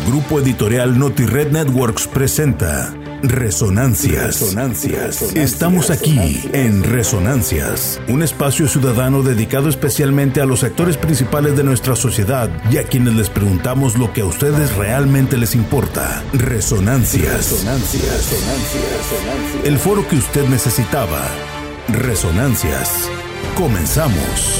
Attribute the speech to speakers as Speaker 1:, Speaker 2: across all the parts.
Speaker 1: Grupo Editorial NotiRed Networks presenta Resonancias. Estamos aquí en Resonancias, un espacio ciudadano dedicado especialmente a los sectores principales de nuestra sociedad y a quienes les preguntamos lo que a ustedes realmente les importa. Resonancias. El foro que usted necesitaba. Resonancias. Comenzamos.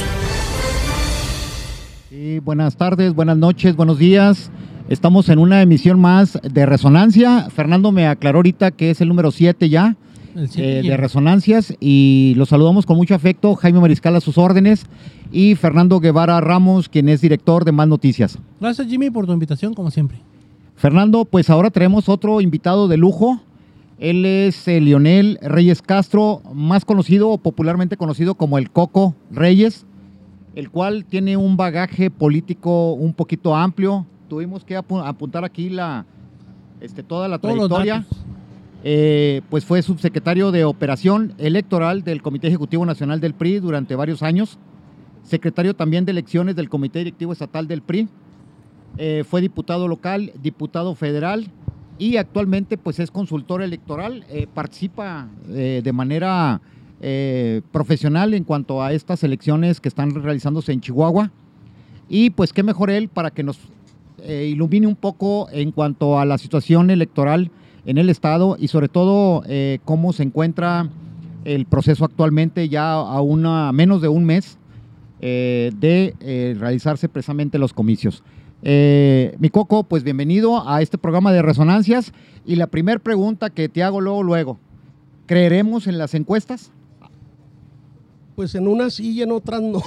Speaker 2: Sí, buenas tardes, buenas noches, buenos días. Estamos en una emisión más de Resonancia. Fernando me aclaró ahorita que es el número 7 ya de Resonancias y los saludamos con mucho afecto. Jaime Mariscal a sus órdenes y Fernando Guevara Ramos, quien es director de Más Noticias.
Speaker 3: Gracias, Jimmy, por tu invitación, como siempre.
Speaker 2: Fernando, pues ahora tenemos otro invitado de lujo. Él es Leonel Reyes Castro, más conocido o popularmente conocido como el Coco Reyes, el cual tiene un bagaje político un poquito amplio. Tuvimos que apuntar aquí toda la trayectoria. Pues fue subsecretario de Operación Electoral del Comité Ejecutivo Nacional del PRI durante varios años, secretario también de Elecciones del Comité Directivo Estatal del PRI, fue diputado local, diputado federal y actualmente pues es consultor electoral, participa de manera profesional en cuanto a estas elecciones que están realizándose en Chihuahua y pues qué mejor él para que nos ilumine un poco en cuanto a la situación electoral en el estado y sobre todo cómo se encuentra el proceso actualmente ya a menos de un mes de realizarse precisamente los comicios. Mi Coco, pues bienvenido a este programa de Resonancias y la primera pregunta que te hago luego, ¿creeremos en las encuestas?
Speaker 4: Pues en unas sí y en otras no.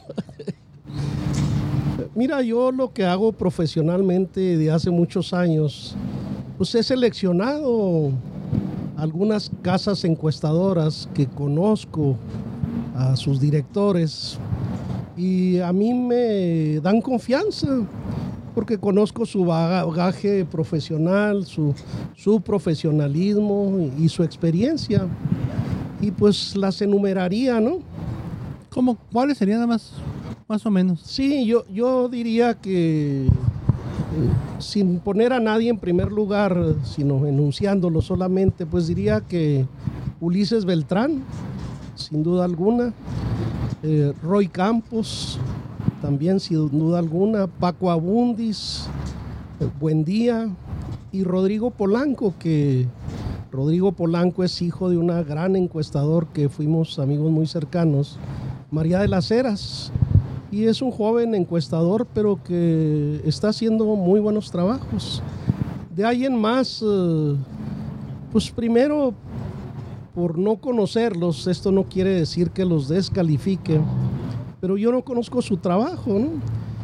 Speaker 4: Mira, yo lo que hago profesionalmente de hace muchos años, pues he seleccionado algunas casas encuestadoras que conozco a sus directores y a mí me dan confianza porque conozco su bagaje profesional, su profesionalismo y su experiencia y pues las enumeraría, ¿no?
Speaker 3: ¿Cuáles serían más o menos?
Speaker 4: Sí, yo diría que sin poner a nadie en primer lugar, sino enunciándolo solamente, pues diría que Ulises Beltrán, sin duda alguna, Roy Campos, también sin duda alguna, Paco Abundis, Buendía y Rodrigo Polanco, que Rodrigo Polanco es hijo de una gran encuestador que fuimos amigos muy cercanos, María de las Heras. Y es un joven encuestador, pero que está haciendo muy buenos trabajos. De ahí en más, pues primero, por no conocerlos, esto no quiere decir que los descalifique, pero yo no conozco su trabajo, ¿no?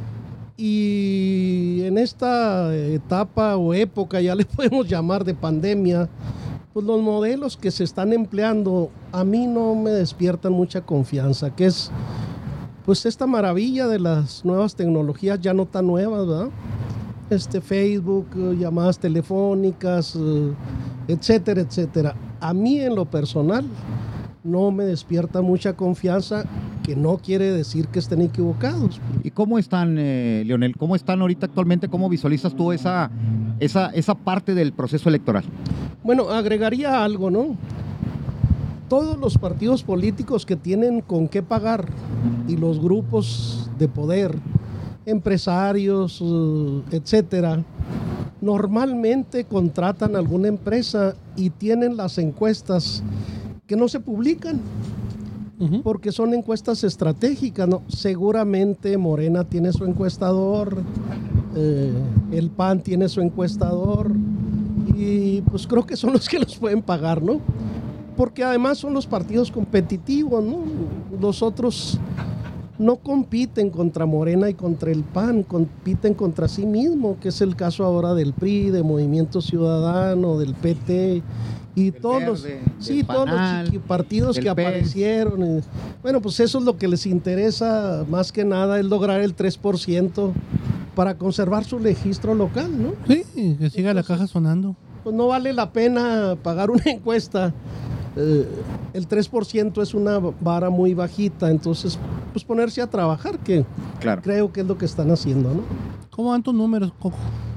Speaker 4: Y en esta etapa o época, ya le podemos llamar de pandemia, pues los modelos que se están empleando a mí no me despiertan mucha confianza, que es pues esta maravilla de las nuevas tecnologías, ya no tan nuevas, ¿verdad? Facebook, llamadas telefónicas, etcétera, etcétera. A mí en lo personal no me despierta mucha confianza, que no quiere decir que estén equivocados.
Speaker 2: ¿Y cómo están, Leonel? ¿Cómo están ahorita actualmente? ¿Cómo visualizas tú esa parte del proceso electoral? Bueno,
Speaker 4: agregaría algo, ¿no? Todos los partidos políticos que tienen con qué pagar y los grupos de poder, empresarios, etcétera, normalmente contratan a alguna empresa y tienen las encuestas que no se publican porque son encuestas estratégicas, ¿no? Seguramente Morena tiene su encuestador, el PAN tiene su encuestador y pues creo que son los que los pueden pagar, ¿no? Porque además son los partidos competitivos, ¿no? Los otros no compiten contra Morena y contra el PAN, compiten contra sí mismo, que es el caso ahora del PRI, de Movimiento Ciudadano, del PT y todos los partidos que aparecieron. Bueno, pues eso es lo que les interesa más que nada, es lograr el 3% para conservar su registro local, ¿no?
Speaker 3: Sí, que siga la caja sonando.
Speaker 4: Pues no vale la pena pagar una encuesta. El 3% es una vara muy bajita, entonces pues ponerse a trabajar, que claro, creo que es lo que están haciendo, ¿no?
Speaker 3: ¿Cómo van tus números, Coco?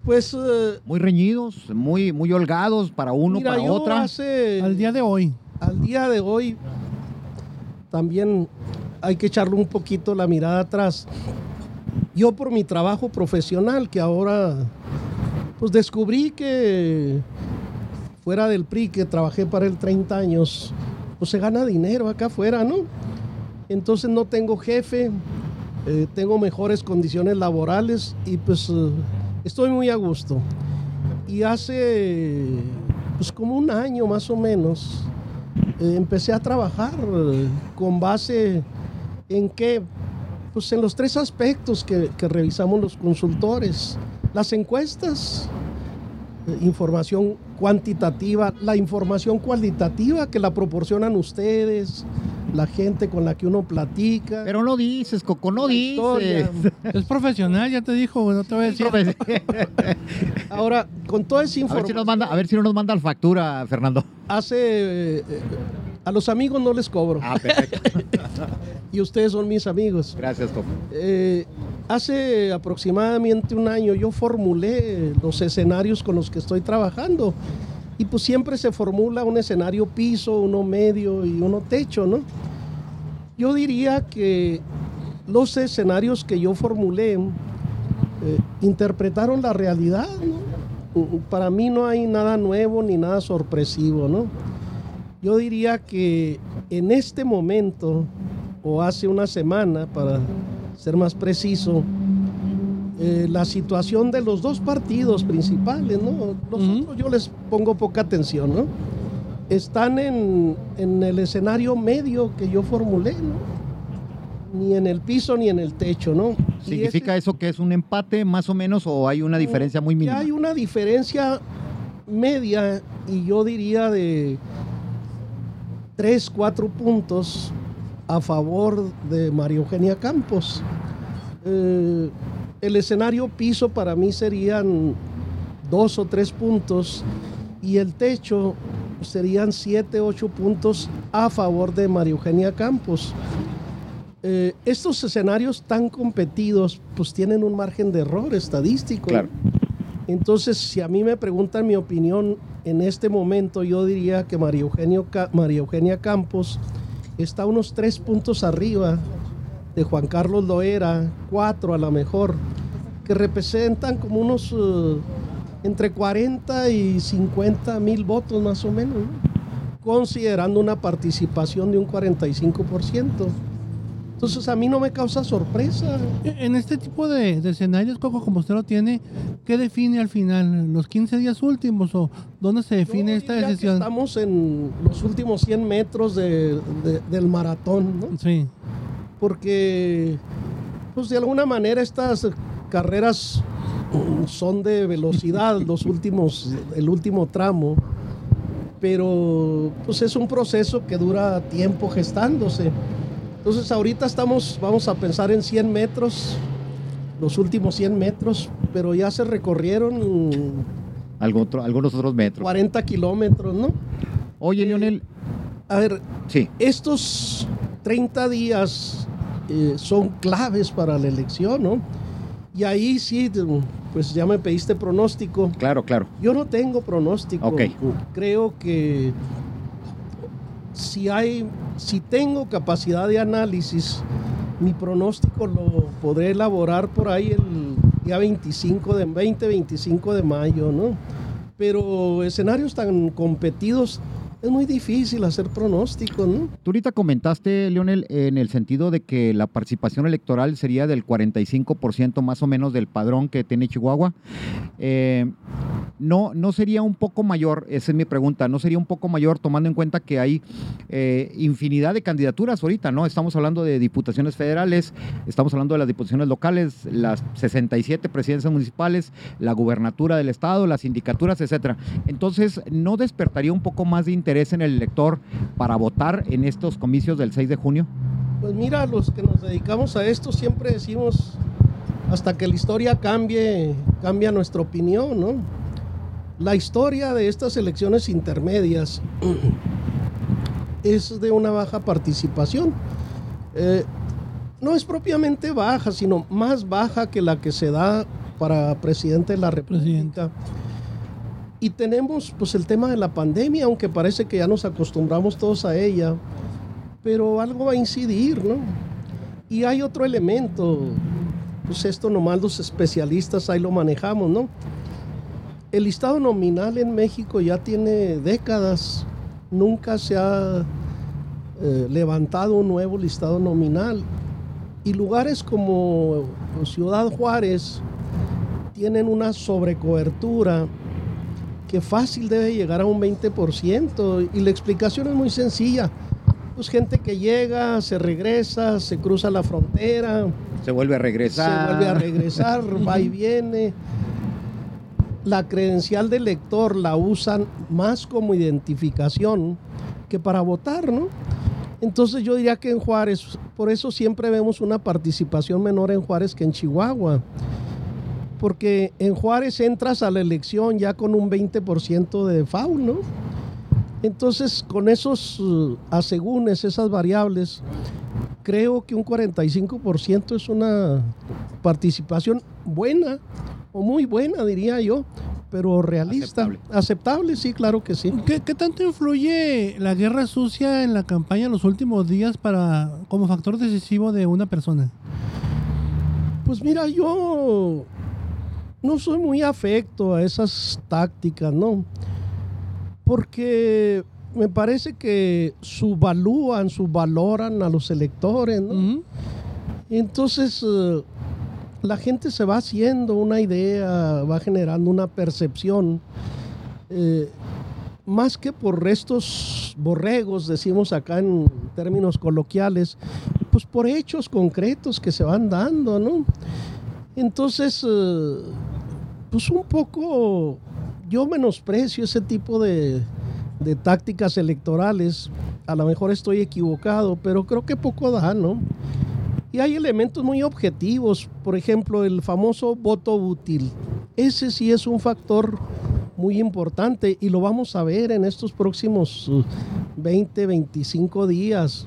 Speaker 4: Pues,
Speaker 2: Muy reñidos, muy holgados para uno,
Speaker 4: mira,
Speaker 2: para
Speaker 4: yo
Speaker 2: otra.
Speaker 3: Al día de hoy.
Speaker 4: Al día de hoy, también hay que echarle un poquito la mirada atrás. Yo por mi trabajo profesional, que ahora pues descubrí que fuera del PRI, que trabajé para él 30 años, pues se gana dinero acá afuera, ¿no? Entonces no tengo jefe, tengo mejores condiciones laborales y pues estoy muy a gusto. Y hace pues como un año más o menos empecé a trabajar con base en qué, pues en los 3 aspectos que revisamos los consultores: las encuestas, información cuantitativa, la información cualitativa que la proporcionan ustedes, la gente con la que uno platica.
Speaker 2: Pero no dices, Coco, no
Speaker 4: la
Speaker 2: dices.
Speaker 4: historia.
Speaker 3: Es profesional, ya te dijo, güey, no te voy a decir.
Speaker 4: Ahora, con toda esa
Speaker 2: A ver
Speaker 4: información,
Speaker 2: si nos manda, a ver si no nos manda la factura, Fernando.
Speaker 4: a los amigos no les cobro.
Speaker 2: Ah, perfecto.
Speaker 4: Y ustedes son mis amigos.
Speaker 2: Gracias, Coco.
Speaker 4: Hace aproximadamente un año yo formulé los escenarios con los que estoy trabajando y pues siempre se formula un escenario piso, uno medio y uno techo, ¿no? Yo diría que los escenarios que yo formulé interpretaron la realidad, ¿no? Para mí no hay nada nuevo ni nada sorpresivo, ¿no? Yo diría que en este momento, o hace una semana, para ser más preciso, la situación de los 2 partidos principales, ¿no? Los otros yo les pongo poca atención, ¿no? Están en el escenario medio que yo formulé, ¿no? Ni en el piso ni en el techo, ¿no?
Speaker 2: ¿Significa eso que es un empate más o menos o hay una diferencia muy mínima?
Speaker 4: Hay una diferencia media y yo diría de 3-4 puntos a favor de María Eugenia Campos. El escenario piso para mí serían 2 o 3 puntos y el techo serían 7-8 puntos a favor de María Eugenia Campos. Estos escenarios tan competidos pues tienen un margen de error estadístico.
Speaker 2: Claro.
Speaker 4: Entonces, si a mí me preguntan mi opinión en este momento, yo diría que María Eugenia Campos está unos 3 puntos arriba de Juan Carlos Loera, 4 a lo mejor, que representan como unos entre 40 y 50 mil votos más o menos, ¿no? Considerando una participación de un 45%. Entonces a mí no me causa sorpresa.
Speaker 3: En este tipo de escenarios, Coco, como usted lo tiene, ¿qué define al final? ¿Los 15 días últimos o dónde se define esta
Speaker 4: diría que
Speaker 3: decisión?
Speaker 4: estamos en los últimos 100 metros del maratón, ¿no?
Speaker 3: Sí.
Speaker 4: Porque pues de alguna manera estas carreras son de velocidad, el último tramo, pero pues es un proceso que dura tiempo gestándose. Entonces ahorita vamos a pensar en 100 metros, los últimos 100 metros, pero ya se recorrieron
Speaker 2: algunos otros metros.
Speaker 4: 40 kilómetros, ¿no?
Speaker 2: Oye, Leonel.
Speaker 4: A ver,
Speaker 2: sí.
Speaker 4: Estos 30 días son claves para la elección, ¿no? Y ahí sí, pues ya me pediste pronóstico.
Speaker 2: Claro.
Speaker 4: Yo no tengo pronóstico.
Speaker 2: Okay.
Speaker 4: Creo que si tengo capacidad de análisis, mi pronóstico lo podré elaborar por ahí el día 25 de mayo, ¿no? Pero escenarios tan competidos, es muy difícil hacer pronósticos, ¿no?
Speaker 2: Tú ahorita comentaste, Leonel, en el sentido de que la participación electoral sería del 45% más o menos del padrón que tiene Chihuahua. ¿No sería un poco mayor? Esa es mi pregunta. ¿No sería un poco mayor tomando en cuenta que hay infinidad de candidaturas ahorita, ¿no? Estamos hablando de diputaciones federales, estamos hablando de las diputaciones locales, las 67 presidencias municipales, la gubernatura del estado, las sindicaturas, etcétera. Entonces, ¿no despertaría un poco más de interés en el elector para votar en estos comicios del 6 de junio?
Speaker 4: Pues mira, los que nos dedicamos a esto siempre decimos, hasta que la historia cambia nuestra opinión, ¿no? La historia de estas elecciones intermedias es de una baja participación. No es propiamente baja, sino más baja que la que se da para presidente de la República. Y tenemos pues el tema de la pandemia, aunque parece que ya nos acostumbramos todos a ella, pero algo va a incidir, ¿no? Y hay otro elemento, pues esto nomás los especialistas ahí lo manejamos, ¿no? El listado nominal en México ya tiene décadas, nunca se ha levantado un nuevo listado nominal. Y lugares como Ciudad Juárez tienen una sobrecobertura que fácil debe llegar a un 20%. Y la explicación es muy sencilla. Pues gente que llega, se regresa, se cruza la frontera.
Speaker 2: Se vuelve a regresar.
Speaker 4: Va y viene. La credencial del elector la usan más como identificación que para votar, ¿no? Entonces yo diría que en Juárez, por eso siempre vemos una participación menor en Juárez que en Chihuahua. Porque en Juárez entras a la elección ya con un 20% de faul, ¿no? Entonces, con esos asegúnes, esas variables, creo que un 45% es una participación buena, o muy buena, diría yo, pero realista. Aceptable, sí, claro que sí.
Speaker 3: ¿Qué tanto influye la guerra sucia en la campaña en los últimos días como factor decisivo de una persona?
Speaker 4: Pues mira, yo no soy muy afecto a esas tácticas, ¿no? Porque me parece que subvaloran a los electores, ¿no? Uh-huh. Entonces, la gente se va haciendo una idea, va generando una percepción, más que por restos borregos, decimos acá en términos coloquiales, pues por hechos concretos que se van dando, ¿no? Entonces, pues un poco yo menosprecio ese tipo de tácticas electorales. A lo mejor estoy equivocado, pero creo que poco da, ¿no? Y hay elementos muy objetivos, por ejemplo, el famoso voto útil. Ese sí es un factor muy importante y lo vamos a ver en estos próximos 20, 25 días.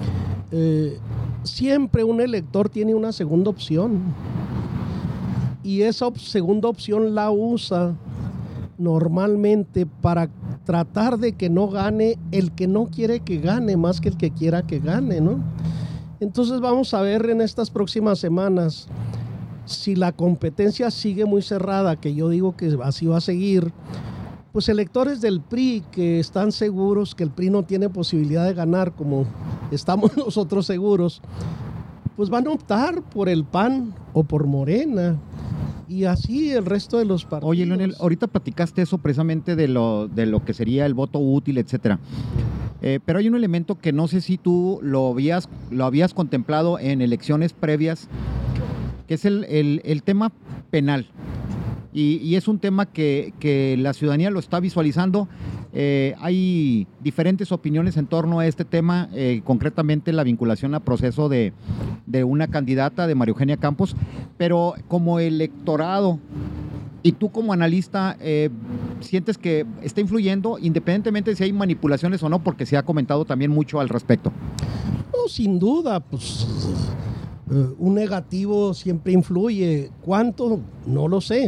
Speaker 4: Siempre un elector tiene una segunda opción y esa segunda opción la usa normalmente para tratar de que no gane el que no quiere que gane más que el que quiera que gane, ¿no? Entonces vamos a ver en estas próximas semanas si la competencia sigue muy cerrada, que yo digo que así va a seguir, pues electores del PRI que están seguros que el PRI no tiene posibilidad de ganar, como estamos nosotros seguros, pues van a optar por el PAN o por Morena. Y así el resto de los partidos.
Speaker 2: Oye, Leonel, ahorita platicaste eso precisamente de lo que sería el voto útil, etcétera. Pero hay un elemento que no sé si tú lo habías contemplado en elecciones previas, que es el tema penal. Y es un tema que la ciudadanía lo está visualizando. Hay diferentes opiniones en torno a este tema, concretamente la vinculación a proceso de una candidata, de María Eugenia Campos, pero como electorado y tú como analista, ¿sientes que está influyendo independientemente de si hay manipulaciones o no? Porque se ha comentado también mucho al respecto.
Speaker 4: No, sin duda, pues un negativo siempre influye. ¿Cuánto? No lo sé.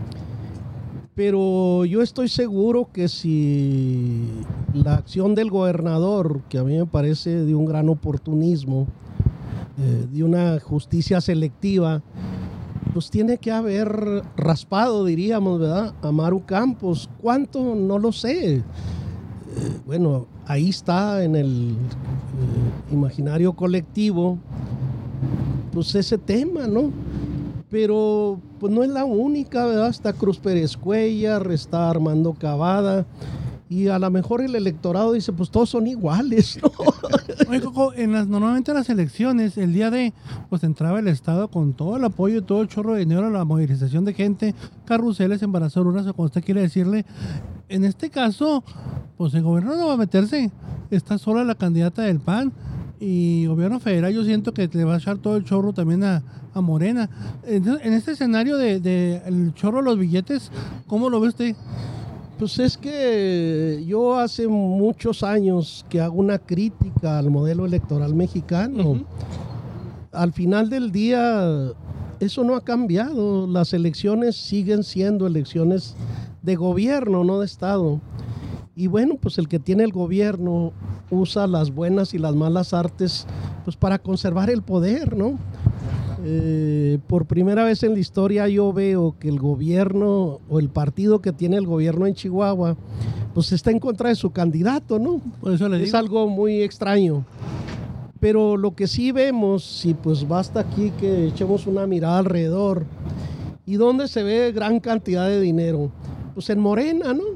Speaker 4: Pero yo estoy seguro que si la acción del gobernador, que a mí me parece de un gran oportunismo, de una justicia selectiva, pues tiene que haber raspado, diríamos, ¿verdad?, a Maru Campos. ¿Cuánto? No lo sé. Bueno, ahí está en el imaginario colectivo, pues ese tema, ¿no? Pero pues no es la única, ¿verdad? Está Cruz Pérez Cuellar, está Armando Cavada, y a lo mejor el electorado dice, pues todos son iguales, ¿no?
Speaker 3: Oye, Coco, normalmente en las elecciones, el día pues entraba el Estado con todo el apoyo y todo el chorro de dinero a la movilización de gente, carruseles, embarazaduras, o como usted quiere decirle. En este caso, pues el gobierno no va a meterse, está sola la candidata del PAN, y el gobierno federal yo siento que le va a echar todo el chorro también a Morena. En este escenario de el chorro de los billetes, ¿cómo lo ve usted?
Speaker 4: Pues es que yo hace muchos años que hago una crítica al modelo electoral mexicano. Uh-huh. Al final del día, eso no ha cambiado. Las elecciones siguen siendo elecciones de gobierno, no de Estado. Y bueno, pues el que tiene el gobierno usa las buenas y las malas artes pues para conservar el poder, ¿no? Por primera vez en la historia yo veo que el gobierno o el partido que tiene el gobierno en Chihuahua pues está en contra de su candidato, ¿no?
Speaker 3: Por eso le
Speaker 4: Es
Speaker 3: digo.
Speaker 4: algo muy extraño. Pero lo que sí vemos, y pues basta aquí que echemos una mirada alrededor, ¿y dónde se ve gran cantidad de dinero? Pues en Morena, ¿no?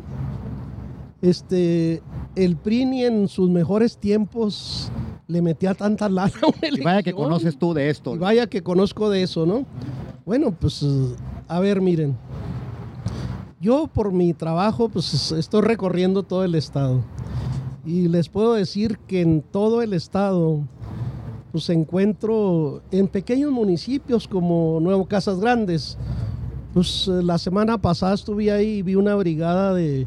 Speaker 4: El PRI ni en sus mejores tiempos le metía tanta lana a una
Speaker 2: Y
Speaker 4: elección.
Speaker 2: vaya que conoces tú de esto.
Speaker 4: Y vaya que conozco de eso, ¿no? Bueno, pues a ver, miren. Yo por mi trabajo pues estoy recorriendo todo el estado. Y les puedo decir que en todo el estado pues encuentro en pequeños municipios como Nuevo Casas Grandes. Pues la semana pasada estuve ahí y vi una brigada de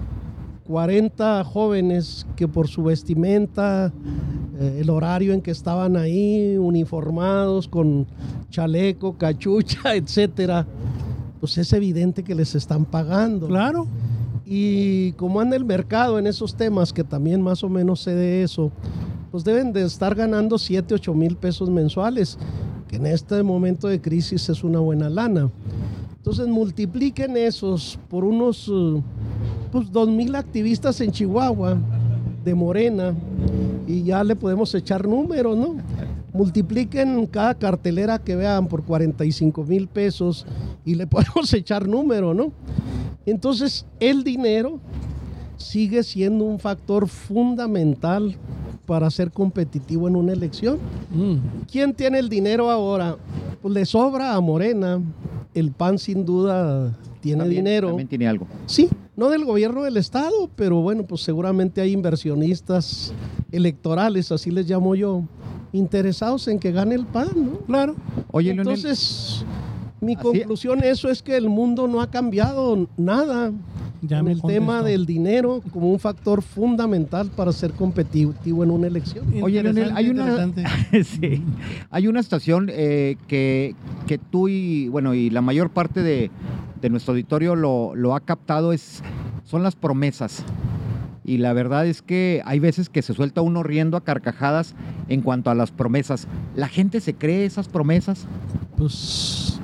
Speaker 4: 40 jóvenes que por su vestimenta, el horario en que estaban ahí, uniformados, con chaleco, cachucha, etcétera, pues es evidente que les están pagando.
Speaker 3: Claro.
Speaker 4: Y como anda el mercado en esos temas, que también más o menos sé de eso, pues deben de estar ganando 7, 8 mil pesos mensuales, que en este momento de crisis es una buena lana. Entonces multipliquen esos por unos pues 2,000 activistas en Chihuahua de Morena y ya le podemos echar números, ¿no? Multipliquen cada cartelera que vean por 45 mil pesos y le podemos echar número, ¿no? Entonces el dinero sigue siendo un factor fundamental para ser competitivo en una elección. ¿Quién tiene el dinero ahora? Pues le sobra a Morena. El PAN sin duda tiene dinero.
Speaker 2: También tiene algo.
Speaker 4: Sí, no del gobierno del estado, pero bueno, pues seguramente hay inversionistas electorales, así les llamo yo, interesados en que gane el PAN, ¿no?
Speaker 3: Claro.
Speaker 2: Oye, Leonel,
Speaker 4: Entonces, mi
Speaker 2: Así-
Speaker 4: conclusión eso es que el mundo no ha cambiado nada
Speaker 3: Ya
Speaker 4: en
Speaker 3: me
Speaker 4: el tema
Speaker 3: contestó.
Speaker 4: del dinero como un factor fundamental para ser competitivo en una elección.
Speaker 2: Oye, Leonel, hay
Speaker 3: Interesante.
Speaker 2: sí, hay una estación que tú y la mayor parte de nuestro auditorio lo ha captado, son las promesas. Y la verdad es que hay veces que se suelta uno riendo a carcajadas en cuanto a las promesas. ¿La gente se cree esas promesas?
Speaker 4: Pues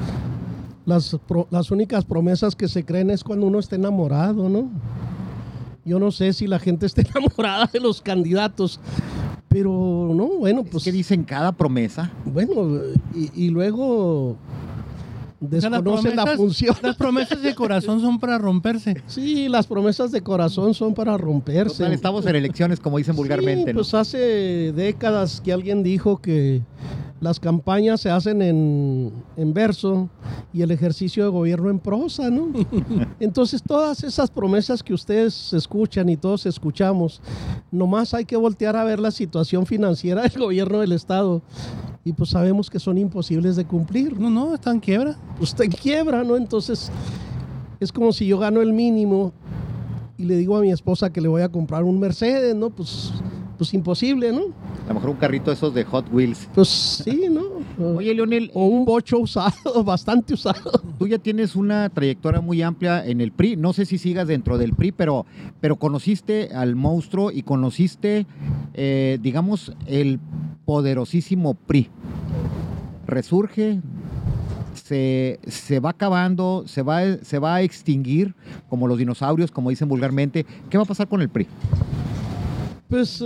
Speaker 4: las únicas promesas que se creen es cuando uno está enamorado, ¿no? Yo no sé si la gente está enamorada de los candidatos, pero no, bueno, pues
Speaker 2: ¿Qué dicen cada promesa?
Speaker 4: bueno, y luego
Speaker 3: O sea,
Speaker 4: desconocen la función.
Speaker 3: Las promesas de corazón son para romperse.
Speaker 4: Sí, las promesas de corazón son para romperse.
Speaker 2: Total, estamos en elecciones, como dicen vulgarmente,
Speaker 4: Sí,
Speaker 2: ¿no?
Speaker 4: pues hace décadas que alguien dijo que las campañas se hacen en verso y el ejercicio de gobierno en prosa, ¿no? Entonces todas esas promesas que ustedes escuchan y todos escuchamos, nomás hay que voltear a ver la situación financiera del gobierno del estado y pues sabemos que son imposibles de cumplir, ¿no?
Speaker 3: No, está en quiebra.
Speaker 4: Pues está en quiebra, ¿no? Entonces es como si yo gano el mínimo y le digo a mi esposa que le voy a comprar un Mercedes, ¿no? Pues imposible, ¿no?
Speaker 2: A lo mejor un carrito esos de Hot Wheels.
Speaker 4: Pues sí, ¿no?
Speaker 2: Oye, Leonel,
Speaker 4: O un bocho usado, bastante usado.
Speaker 2: tú ya tienes una trayectoria muy amplia en el PRI. No sé si sigas dentro del PRI, pero conociste al monstruo y conociste, digamos, el poderosísimo PRI. Resurge, se va acabando, se va a extinguir como los dinosaurios, como dicen vulgarmente. ¿Qué va a pasar con el PRI?
Speaker 4: Pues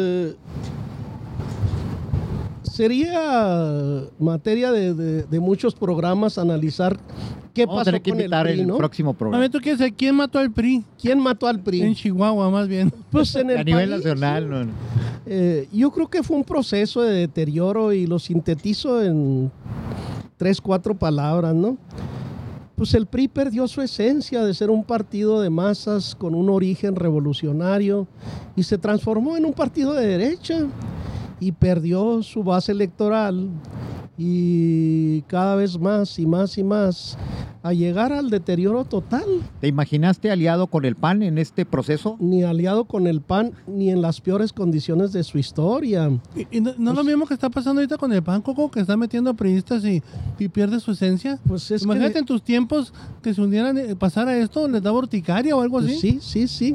Speaker 4: sería materia de muchos programas analizar qué
Speaker 2: Vamos a
Speaker 4: pasó
Speaker 2: tener que
Speaker 4: con el
Speaker 2: invitar
Speaker 4: PRI,
Speaker 2: el
Speaker 4: ¿no?
Speaker 2: próximo
Speaker 3: A
Speaker 2: programa.
Speaker 3: ver, ¿tú quieres saber quién mató al PRI?
Speaker 4: ¿Quién mató al
Speaker 3: En
Speaker 4: PRI?
Speaker 3: Chihuahua, más bien.
Speaker 4: Pues en el
Speaker 2: A nivel
Speaker 4: país,
Speaker 2: nacional,
Speaker 4: sí.
Speaker 2: no.
Speaker 4: Yo creo que fue un proceso de deterioro y lo sintetizo en 3, 4 palabras, ¿no? Pues el PRI perdió su esencia de ser un partido de masas con un origen revolucionario y se transformó en un partido de derecha y perdió su base electoral y cada vez más y más y más a llegar al deterioro total.
Speaker 2: ¿Te imaginaste aliado con el PAN en este proceso?
Speaker 4: Ni aliado con el PAN, ni en las peores condiciones de su historia.
Speaker 3: ¿Y no es lo mismo que está pasando ahorita con el PAN, Coco, que está metiendo a priistas y pierde su esencia?
Speaker 4: Pues es
Speaker 3: Imagínate
Speaker 4: que
Speaker 3: en tus tiempos que se hundieran, pasara esto, les daba urticaria o algo así.
Speaker 4: pues sí.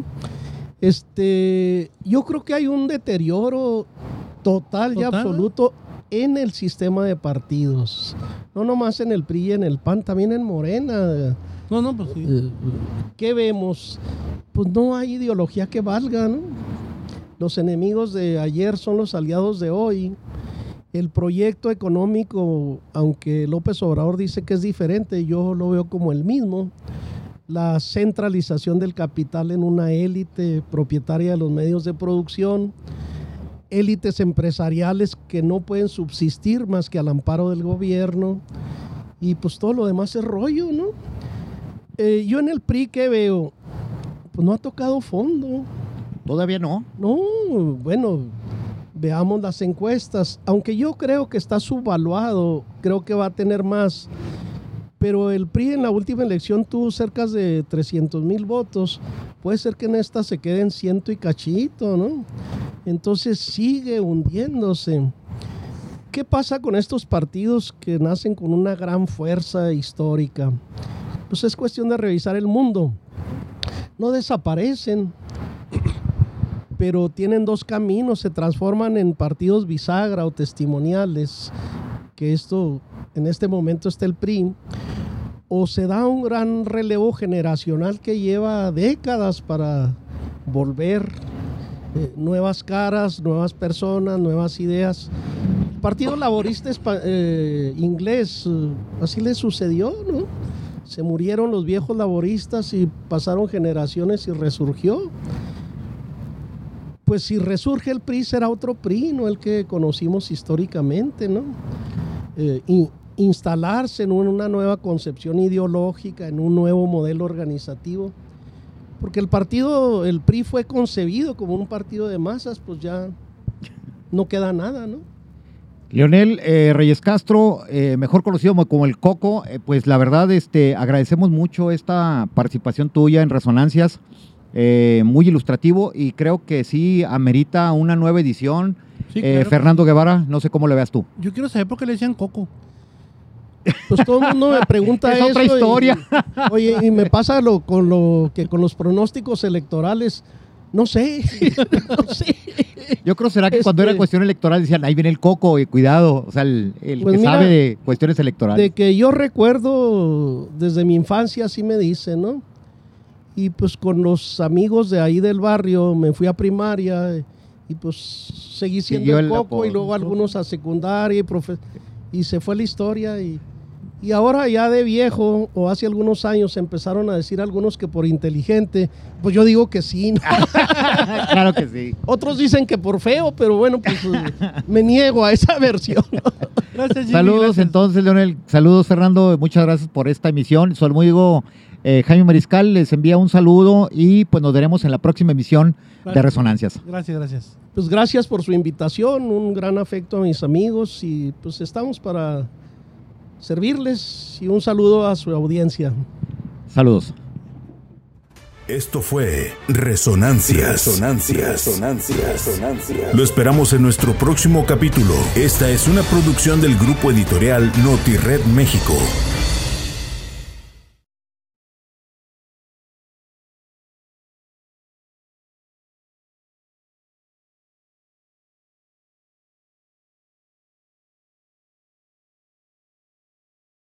Speaker 4: Yo creo que hay un deterioro total y absoluto en el sistema de partidos. No nomás en el PRI y en el PAN, también en Morena.
Speaker 3: No, pues sí.
Speaker 4: ¿Qué vemos? Pues no hay ideología que valga, ¿no? Los enemigos de ayer son los aliados de hoy. El proyecto económico, aunque López Obrador dice que es diferente, yo lo veo como el mismo. La centralización del capital en una élite propietaria de los medios de producción, élites empresariales que no pueden subsistir más que al amparo del gobierno, y pues todo lo demás es rollo, ¿no? Yo en el PRI, ¿qué veo? Pues no ha tocado fondo.
Speaker 2: Todavía no.
Speaker 4: No, bueno, veamos las encuestas. Aunque yo creo que está subvaluado, creo que va a tener más. Pero el PRI en la última elección tuvo cerca de 300,000 votos. Puede ser que en esta se queden 100 y cachito, ¿no? Entonces sigue hundiéndose. ¿Qué pasa con estos partidos que nacen con una gran fuerza histórica? Pues es cuestión de revisar el mundo. No desaparecen, pero tienen dos caminos, se transforman en partidos bisagra o testimoniales, que esto en este momento está el PRI, o se da un gran relevo generacional que lleva décadas para volver nuevas caras, nuevas personas, nuevas ideas. El Partido Laborista inglés, así le sucedió, ¿no? Se murieron los viejos laboristas y pasaron generaciones y resurgió. Pues si resurge el PRI será otro PRI, no el que conocimos históricamente, ¿no? Instalarse en una nueva concepción ideológica, en un nuevo modelo organizativo, porque el PRI fue concebido como un partido de masas, pues ya no queda nada, ¿no?
Speaker 2: Leonel Reyes Castro, mejor conocido como el Coco, pues la verdad agradecemos mucho esta participación tuya en Resonancias, muy ilustrativo, y creo que sí amerita una nueva edición.
Speaker 3: Sí, claro.
Speaker 2: Fernando Guevara, no sé cómo le veas tú.
Speaker 3: Yo quiero saber por qué le decían Coco.
Speaker 4: Pues todo el mundo me pregunta
Speaker 2: es
Speaker 4: eso.
Speaker 2: Otra historia.
Speaker 4: Oye, y me pasa con los pronósticos electorales, no sé.
Speaker 2: Yo creo será que cuando era cuestión electoral decían, ahí viene el Coco, y cuidado, o sea, el
Speaker 4: pues
Speaker 2: que
Speaker 4: mira,
Speaker 2: sabe de cuestiones electorales.
Speaker 4: De que yo recuerdo desde mi infancia, así me dicen, ¿no? Y pues con los amigos de ahí del barrio me fui a primaria y pues seguí siendo el Coco, y luego algunos a secundaria y se fue la historia, y ahora ya de viejo, o hace algunos años, empezaron a decir algunos que por inteligente, pues yo digo que sí, ¿no?
Speaker 2: Claro que sí.
Speaker 4: Otros dicen que por feo, pero bueno, pues me niego a esa versión.
Speaker 3: Gracias, Jimmy,
Speaker 2: Saludos
Speaker 3: gracias.
Speaker 2: entonces, Leonel. Saludos, Fernando. Muchas gracias por esta emisión. Su amigo Jaime Mariscal les envía un saludo, y pues nos veremos en la próxima emisión de Resonancias.
Speaker 3: Gracias.
Speaker 4: Pues gracias por su invitación, un gran afecto a mis amigos, y pues estamos para servirles, y un saludo a su audiencia.
Speaker 2: Saludos.
Speaker 1: Esto fue Resonancias. Lo esperamos en nuestro próximo capítulo. Esta es una producción del grupo editorial NotiRed México.